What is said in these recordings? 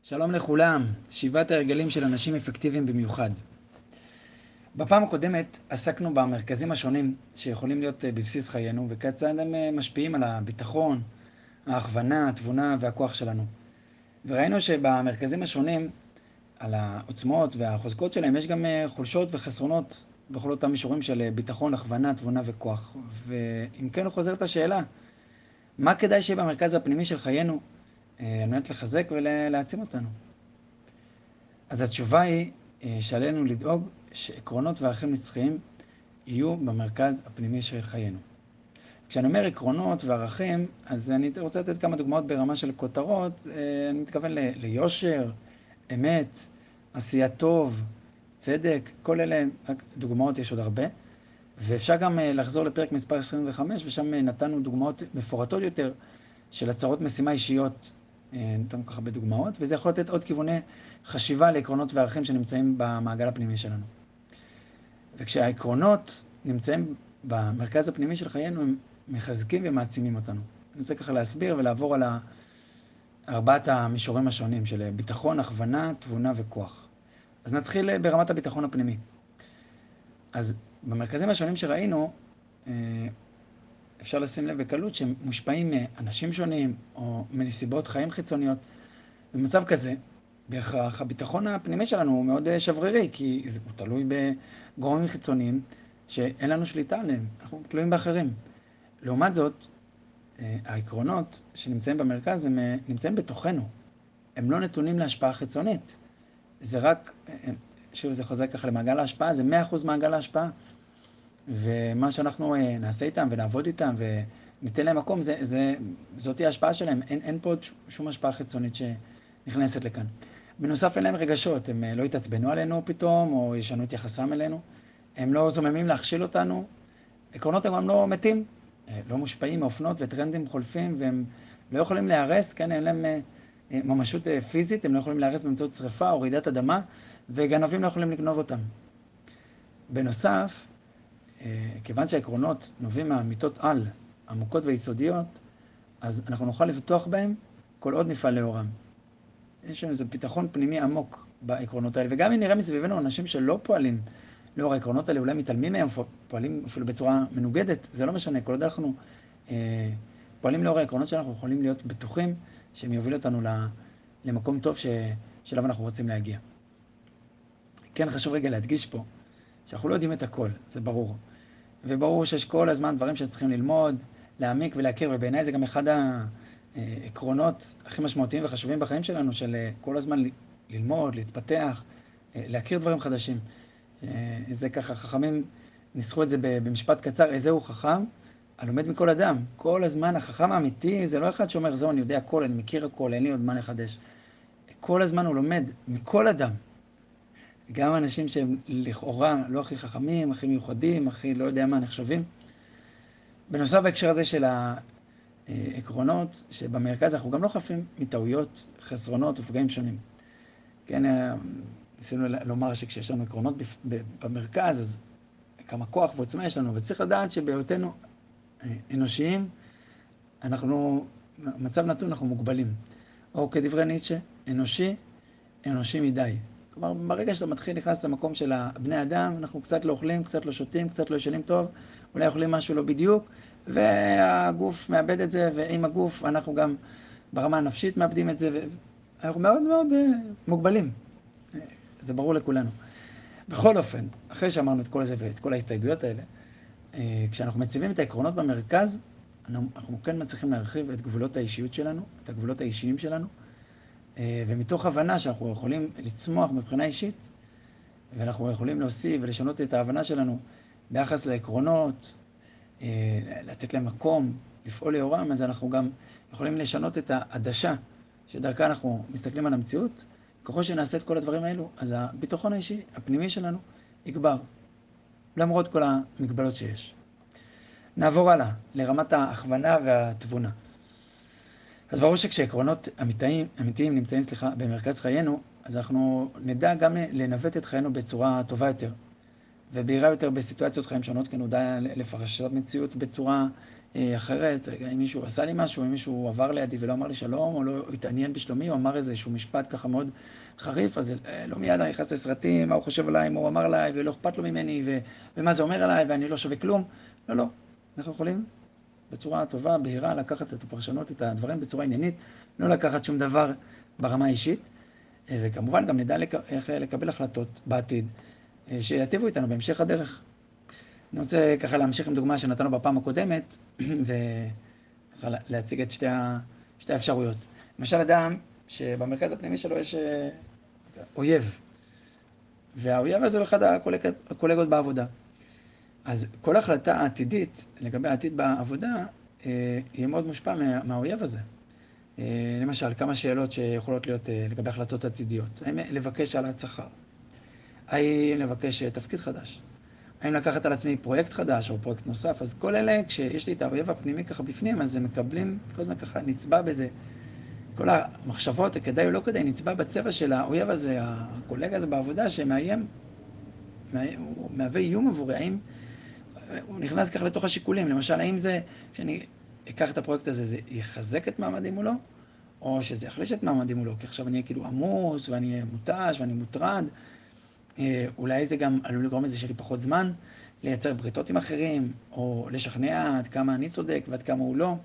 שלום לכולם, 7 ההרגלים של אנשים אפקטיביים במיוחד. בפעם הקודמת עסקנו במרכזים השונים שיכולים להיות בבסיס חיינו וכיצד הם משפיעים על הביטחון, ההכוונה, התבונה והכוח שלנו. וראינו שבמרכזים השונים, על העוצמות והחוזקות שלהם, יש גם חולשות וחסרונות בכל אותם מישורים של ביטחון, הכוונה, תבונה וכוח. ואם כן, חוזרת השאלה, מה כדאי שיהיה במרכז הפנימי של חיינו על מנת לחזק ולהעצים אותנו? אז התשובה היא שעלינו לדאוג שעקרונות וערכים נצחיים יהיו במרכז הפנימי של חיינו. כשאני אומר עקרונות וערכים, אז אני רוצה לתת כמה דוגמאות ברמה של כותרות. אני מתכוון ליושר, אמת, עשייה טוב, צדק, כל אלה רק דוגמאות, יש עוד הרבה. ואפשר גם לחזור לפרק מספר 25, ושם נתנו דוגמאות מפורטות יותר של הצהרות משימה אישיות. נתנו ככה בדוגמאות, וזה יכול לתת עוד כיווני חשיבה לעקרונות וערכים שנמצאים במעגל הפנימי שלנו. וכשהעקרונות נמצאים במרכז הפנימי של חיינו, הם מחזקים ומעצימים אותנו. אני רוצה ככה להסביר ולעבור על ארבעת המישורים השונים של ביטחון, הכוונה, תבונה וכוח. אז נתחיל ברמת הביטחון הפנימי. אז במרכזים השונים שראינו, אפשר לשים לב בקלות שהם מושפעים מאנשים שונים או מנסיבות חיים חיצוניות. במצב כזה, בהכרח הביטחון הפנימי שלנו הוא מאוד שברירי, כי הוא תלוי בגורמים חיצוניים שאין לנו שליטה עליהם, אנחנו תלויים באחרים. לעומת זאת, העקרונות שנמצאים במרכז הם נמצאים בתוכנו, הם לא נתונים להשפעה חיצונית. זה רק, שוב זה חוזר ככה למעגל ההשפעה, זה 100% מעגל ההשפעה. ומה שאנחנו נעשה איתם ונעבוד איתם וניתן להם מקום, זאת תהיה ההשפעה שלהם. אין פה שום השפעה חיצונית שנכנסת לכאן. בנוסף, אין להם רגשות, הם לא יתעצבנו עלינו פתאום, או ישנו את יחסם אלינו. הם לא זוממים להכשיל אותנו. עקרונות הם גם לא מתים, לא מושפעים מאופנות וטרנדים חולפים, והם לא יכולים להיהרס, כן, אין להם ממשות פיזית, הם לא יכולים להיהרס באמצעות שריפה או רעידת אדמה, וגנבים לא יכולים לגנוב אותם. בנוסף, כיוון שהעקרונות נובעים מהאמיתות על עמוקות ויסודיות, אז אנחנו נוכל לבטוח בהם כל עוד נפעל לאורם. יש שם איזה ביטחון פנימי עמוק בעקרונות האלה, וגם אם נראה מסביבנו אנשים שלא פועלים לאור העקרונות האלה, אולי מתעלמים מהם, פועלים אפילו בצורה מנוגדת, זה לא משנה, כל עוד אנחנו פועלים לאור העקרונות שאנחנו יכולים להיות בטוחים שהם יובילו אותנו למקום טוב שלו אנחנו רוצים להגיע. כן, חשוב רגע להדגיש פה שאנחנו לא יודעים את הכל, זה ברור. וברור שיש כל הזמן דברים שצריכים ללמוד, להעמיק ולהכיר, ובעיניי זה גם אחד העקרונות הכי משמעותיים וחשובים בחיים שלנו, של כל הזמן ללמוד, להתפתח, להכיר דברים חדשים. זה ככה, חכמים ניסחו את זה במשפט קצר, איזהו חכם? הלומד מכל אדם. כל הזמן החכם האמיתי זה לא אחד שאומר, זהו, אני יודע הכל, אני מכיר הכל, אין לי עוד מה לחדש. כל הזמן הוא לומד מכל אדם. גם אנשים שהם לכאורה לא הכי חכמים, הכי מיוחדים, הכי לא יודע מה נחשבים. בנוסף בהקשר הזה של העקרונות, שבמרכז אנחנו גם לא חפים מטעויות, חסרונות ופגעים שונים. כן, ניסינו לומר שכשיש לנו עקרונות במרכז, אז כמה כוח ועוצמה יש לנו, וצריך לדעת שבהיותנו אנושיים, אנחנו, מצב נתון אנחנו מוגבלים. או כדברי ניטשה, אנושי מדי. כלומר, ברגע שאתה מתחיל נכנס למקום של בני אדם, אנחנו קצת לא אוכלים, קצת לא שותים, קצת לא ישנים טוב, אולי אוכלים משהו לא בדיוק, והגוף מאבד את זה, ועם הגוף אנחנו גם ברמה הנפשית מאבדים את זה, ואנחנו מאוד מאוד מוגבלים. זה ברור לכולנו. בכל אופן, אחרי שאמרנו את כל זה ואת כל ההסתייגויות האלה, כשאנחנו מציבים את העקרונות במרכז, אנחנו כן מצליחים להרחיב את גבולות האישיות שלנו, את הגבולות האישיים שלנו, ומתוך הבנה שאנחנו יכולים לצמוח מבחינה אישית, ואנחנו יכולים להוסיף ולשנות את ההבנה שלנו ביחס לעקרונות, לתת להם מקום, לפעול לאורם, אז אנחנו גם יכולים לשנות את העדשה שדרכה אנחנו מסתכלים על המציאות. ככל שנעשה את כל הדברים האלו, אז הביטחון האישי, הפנימי שלנו, יגבר, למרות כל המגבלות שיש. נעבור הלאה, לרמת ההכוונה והתבונה. אז ברור שכשעקרונות אמיתיים נמצאים, במרכז חיינו, אז אנחנו נדע גם לנווט את חיינו בצורה טובה יותר, ובהירה יותר בסיטואציות חיים שונות, כי נדע לפרש את המציאות בצורה אחרת, אם מישהו עשה לי משהו, אם מישהו עבר לידי ולא אמר לי שלום, או לא התעניין בשלומי, או אמר איזשהו משפט ככה מאוד חריף, אז לא מיד אני נכנס לסרטים, מה הוא חושב עליי, מה הוא אמר עליי, ולא אכפת לו ממני, ומה זה אומר עליי, ואני לא שווה כלום. לא, לא. אנחנו יכולים בצורה טובה, בהירה, לקחת את הפרשנות, את הדברים בצורה עניינית, לא לקחת שום דבר ברמה האישית, וכמובן גם נדע איך לקבל החלטות בעתיד, שיטיבו איתנו בהמשך הדרך. אני רוצה ככה להמשיך עם דוגמה שנתנו בפעם הקודמת, וככה להציג את שתי האפשרויות. למשל אדם שבמרכז הפנימי שלו יש אויב, והאויב הזה הוא אחד הקולגות בעבודה. אז כל החלטה עתידית לגבי העתיד בעבודה יהיה מאוד מושפע מהאויב הזה. למשל, כמה שאלות שיכולות להיות לגבי החלטות עתידיות. האם לבקש העלאת שכר? האם לבקש תפקיד חדש? האם לקחת על עצמי פרויקט חדש או פרויקט נוסף? אז כל אלה, כשיש לי את האויב הפנימי ככה בפנים, אז הם מקבלים, כל הזמן ככה נצבע בזה. כל המחשבות, כדאי או לא כדאי, נצבע בצבע של האויב הזה, הקולגה הזה בעבודה, שמאיים, הוא מהווה איום עבורי. האם הוא נכנס ככה לתוך השיקולים? למשל, האם זה, כשאני אקח את הפרויקט הזה, זה יחזק את מעמדי מולו? או שזה יחליש את מעמדי מולו? כי עכשיו אני אהיה כאילו עמוס, ואני אהיה מותש, ואני מוטרד. אולי זה גם עלול לגרום לזה שיהיה לי פחות זמן לייצר בריתות עם אחרים, או לשכנע עד כמה אני צודק ועד כמה הוא לא.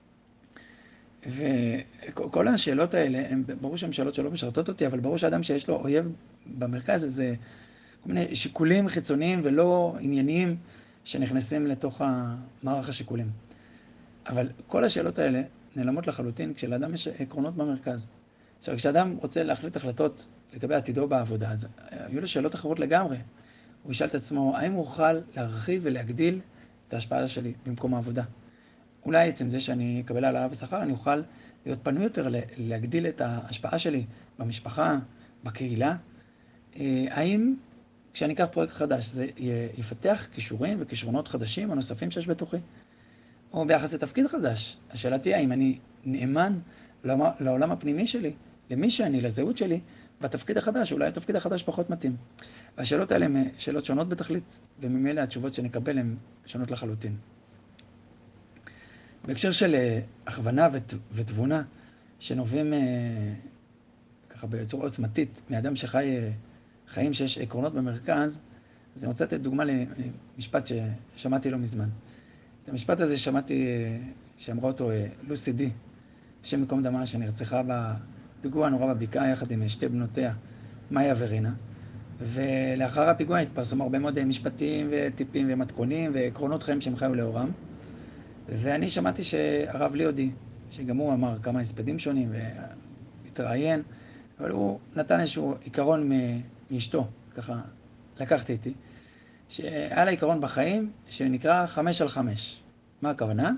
וכל השאלות האלה, ברור שהן שאלות שלא משרתות אותי, אבל ברור שאדם שיש לו אויב במרכז, זה כל מיני שיקולים חיצוניים ולא ענייניים שנכנסים לתוך מערך השיקולים. אבל כל השאלות האלה נעלמות לחלוטין כשלאדם יש עקרונות במרכז. עכשיו, כשאדם רוצה להחליט החלטות לגבי עתידו בעבודה, אז היו לו שאלות אחרות לגמרי. הוא ישאל את עצמו, האם הוא יוכל להרחיב ולהגדיל את ההשפעה שלי במקום העבודה? אולי עצם זה שאני אקבל העלאה בשכר, אני אוכל להיות פנוי יותר להגדיל את ההשפעה שלי במשפחה, בקהילה. האם כשאני אקח פרויקט חדש, זה יפתח כישורים וכישרונות חדשים הנוספים שיש בתוכי? או ביחס לתפקיד חדש, השאלה תהיה, האם אני נאמן לעולם הפנימי שלי, למי שאני, לזהות שלי, בתפקיד החדש, אולי התפקיד החדש פחות מתאים. והשאלות האלה הן שאלות שונות בתכלית, וממילא התשובות שנקבל הן שונות לחלוטין. בהקשר של הכוונה ותבונה, שנובעים ככה בצורה עוצמתית, מאדם שחי חיים שיש עקרונות במרכז, אז אני רוצה לתת דוגמה למשפט ששמעתי לא מזמן. את המשפט הזה שמעתי שאמרה אותו לוסי די, השם מקום דמה, שנרצחה בפיגוע נורא בבקעה יחד עם שתי בנותיה, מאיה ורינה. ולאחר הפיגוע התפרסמו הרבה מאוד משפטים וטיפים ומתכונים ועקרונות חיים שהם חיו לאורם. ואני שמעתי שהרב ליאודי, שגם הוא אמר כמה הספדים שונים והתראיין, אבל הוא נתן איזשהו עיקרון מאשתו, ככה לקחתי איתי, שהיה לה עיקרון בחיים שנקרא 5/5. מה הכוונה?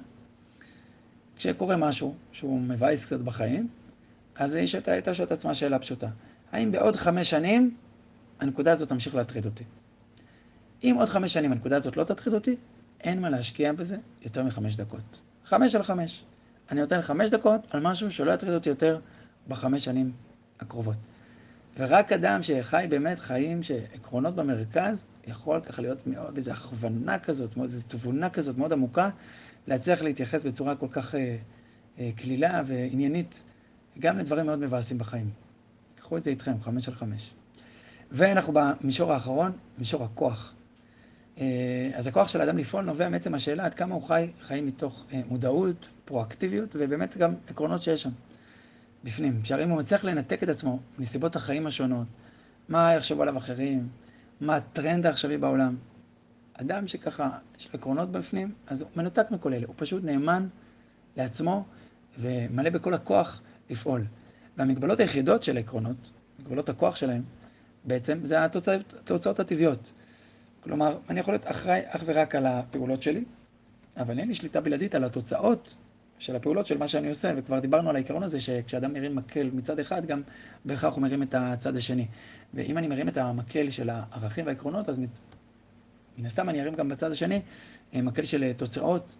כשקורה משהו שהוא מבאס קצת בחיים, אז היא הייתה שואלת עצמה שאלה פשוטה. האם בעוד 5 שנים הנקודה הזאת תמשיך להטריד אותי? אם עוד 5 שנים הנקודה הזאת לא תטריד אותי, אין מה להשקיע בזה יותר מ5 דקות. 5/5. אני נותן 5 דקות על משהו שלא יטריד אותי יותר ב5 שנים הקרובות. ורק אדם שחי באמת חיים שעקרונות במרכז, יכול ככה להיות מאוד איזו הכוונה כזאת, מאוד איזו תבונה כזאת מאוד עמוקה, להצליח להתייחס בצורה כל כך כלילה ועניינית, גם לדברים מאוד מבאסים בחיים. קחו את זה איתכם, 5/5. ואנחנו במישור האחרון, מישור הכוח. אז הכוח של האדם לפעול נובע מעצם השאלה עד כמה הוא חיים מתוך מודעות, פרואקטיביות, ובאמת גם עקרונות שיש שם. בפנים. שהרי אם הוא מצליח לנתק את עצמו מסיבות החיים השונות, מה יחשבו עליו אחרים, מה הטרנד העכשווי בעולם. אדם שככה יש לו עקרונות בפנים, אז הוא מנותק מכל אלה. הוא פשוט נאמן לעצמו ומלא בכל הכוח לפעול. והמגבלות היחידות של העקרונות, מגבלות הכוח שלהם, בעצם זה התוצאות הטבעיות. כלומר, אני יכול להיות אחראי אך ורק על הפעולות שלי, אבל אין לי שליטה בלעדית על התוצאות של הפעולות של מה שאני עושה, וכבר דיברנו על העיקרון הזה שכשאדם מרים מקל מצד אחד, גם בהכרח הוא מרים את הצד השני. ואם אני מרים את המקל של הערכים והעקרונות, אז מן הסתם אני ארים גם בצד השני מקל של תוצאות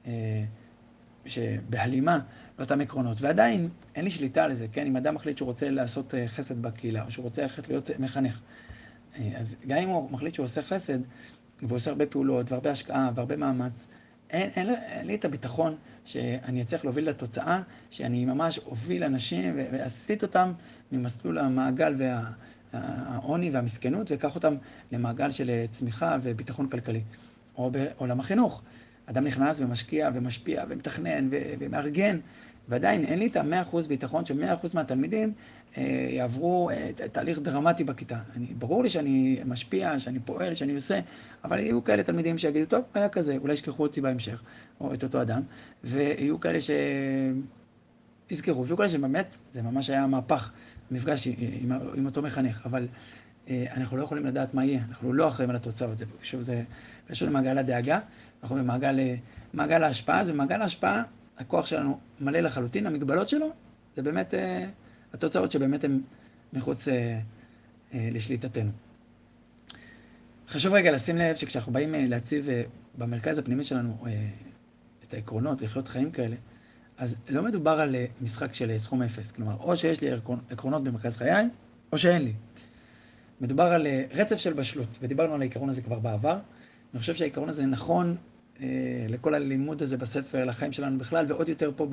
שבהלימה לאותם עקרונות. ועדיין אין לי שליטה על זה, כן? אם אדם מחליט שהוא רוצה לעשות חסד בקהילה, או שהוא רוצה להיות מחנך, אז גם אם הוא מחליט שהוא עושה חסד, והוא עושה הרבה פעולות והרבה השקעה והרבה מאמץ, אין לי את הביטחון שאני אצליח להוביל לתוצאה, שאני ממש אוביל אנשים ואסיט אותם ממסלול המעגל והעוני והמסכנות, ואקח אותם למעגל של צמיחה וביטחון כלכלי. או בעולם החינוך. אדם נכנס ומשקיע ומשפיע ומתכנן ומארגן, ועדיין אין לי את ה-100% ביטחון ש100% מהתלמידים יעברו תהליך דרמטי בכיתה. ברור לי שאני משפיע, שאני פועל, שאני עושה, אבל יהיו כאלה תלמידים שיגידו, טוב, היה כזה, אולי ישכחו אותי בהמשך, או את אותו אדם, ויהיו כאלה שיזכרו, ויהיו כאלה שבאמת, זה ממש היה מהפך, מפגש עם אותו מחנך, אבל אנחנו לא יכולים לדעת מה יהיה, אנחנו לא אחראים על התוצאות, שוב זה קשור למעגל הדאגה, אנחנו במעגל ההשפעה, אז במעגל ההשפעה הכוח שלנו מלא לחלוטין, המגבלות שלו זה באמת התוצאות שבאמת הן מחוץ לשליטתנו. חשוב רגע לשים לב שכשאנחנו באים להציב במרכז הפנימי שלנו את העקרונות לחיות חיים כאלה, אז לא מדובר על משחק של סכום אפס, כלומר או שיש לי עקרונות במרכז חיי או שאין לי. מדובר על רצף של בשלות, ודיברנו על העיקרון הזה כבר בעבר. אני חושב שהעיקרון הזה נכון לכל הלימוד הזה בספר, לחיים שלנו בכלל, ועוד יותר פה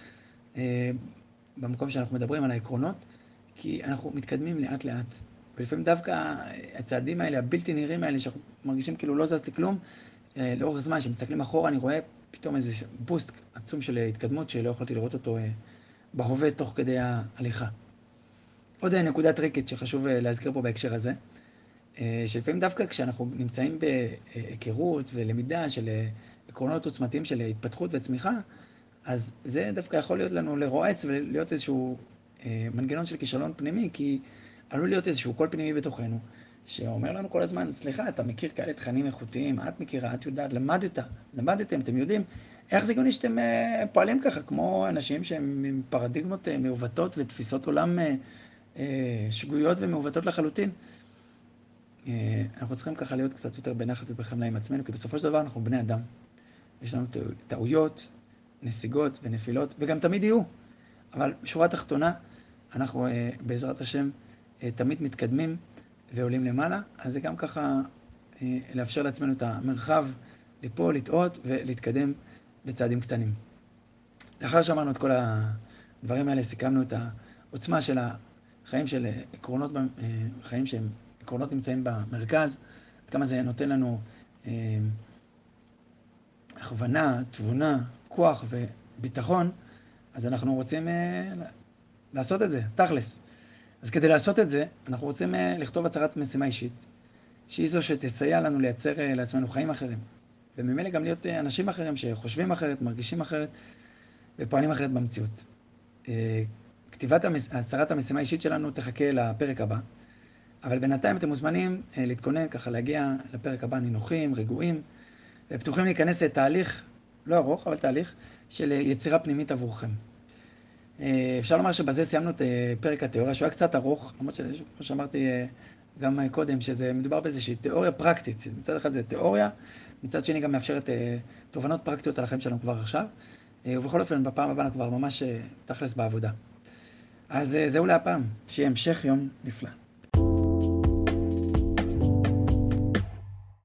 במקום שאנחנו מדברים על העקרונות, כי אנחנו מתקדמים לאט לאט. ולפעמים דווקא הצעדים האלה, הבלתי נראים האלה, שאנחנו מרגישים כאילו לא זזתי כלום, לאורך זמן, כשמסתכלים אחורה, אני רואה פתאום איזה בוסט עצום של התקדמות, שלא יכולתי לראות אותו בהווה תוך כדי ההליכה. עוד נקודה טריקית שחשוב להזכיר פה בהקשר הזה, שלפעמים דווקא כשאנחנו נמצאים בהיכרות ולמידה של עקרונות עוצמתיים של התפתחות וצמיחה, אז זה דווקא יכול להיות לנו לרועץ ולהיות איזשהו מנגנון של כישלון פנימי, כי עלול להיות איזשהו קול פנימי בתוכנו, שאומר לנו כל הזמן, סליחה, אתה מכיר כאלה תכנים איכותיים, את מכירה, את יודעת, למדתם, אתם יודעים, איך זה הגיוני שאתם פועלים ככה, כמו אנשים שהם עם פרדיגמות מעוותות ותפיסות עולם שגויות ומעוותות לחלוטין. אנחנו צריכים ככה להיות קצת יותר בנחת ובחמלה עם עצמנו, כי בסופו של דבר אנחנו בני אדם. יש לנו טעויות, נסיגות ונפילות, וגם תמיד יהיו. אבל בשורה התחתונה, אנחנו בעזרת השם תמיד מתקדמים ועולים למעלה, אז זה גם ככה לאפשר לעצמנו את המרחב ליפול, לטעות ולהתקדם בצעדים קטנים. לאחר שאמרנו את כל הדברים האלה, סיכמנו את העוצמה של החיים של עקרונות, חיים שהם עקרונות נמצאים במרכז, עד כמה זה נותן לנו הכוונה, תבונה, כוח וביטחון, אז אנחנו רוצים לעשות את זה, תכלס. אז כדי לעשות את זה, אנחנו רוצים לכתוב הצהרת משימה אישית, שהיא זו שתסייע לנו לייצר לעצמנו חיים אחרים. וממילא גם להיות אנשים אחרים שחושבים אחרת, מרגישים אחרת ופועלים אחרת במציאות. כתיבת הצהרת המשימה האישית שלנו תחכה לפרק הבא, אבל בינתיים אתם מוזמנים להתכונן, ככה להגיע לפרק הבא נינוחים, רגועים, ופתוחים להיכנס לתהליך, לא ארוך, אבל תהליך של יצירה פנימית עבורכם. אפשר לומר שבזה סיימנו את פרק התיאוריה, שהוא היה קצת ארוך, למרות שזה, כמו שאמרתי גם קודם, שזה מדובר באיזושהי תיאוריה פרקטית. מצד אחד זה תיאוריה, מצד שני גם מאפשרת תובנות פרקטיות על החיים שלנו כבר עכשיו, ובכל אופן בפעם הבאה כבר ממש תכלס בעבודה. אז זהו להפעם, שיהיה המשך יום נפלא.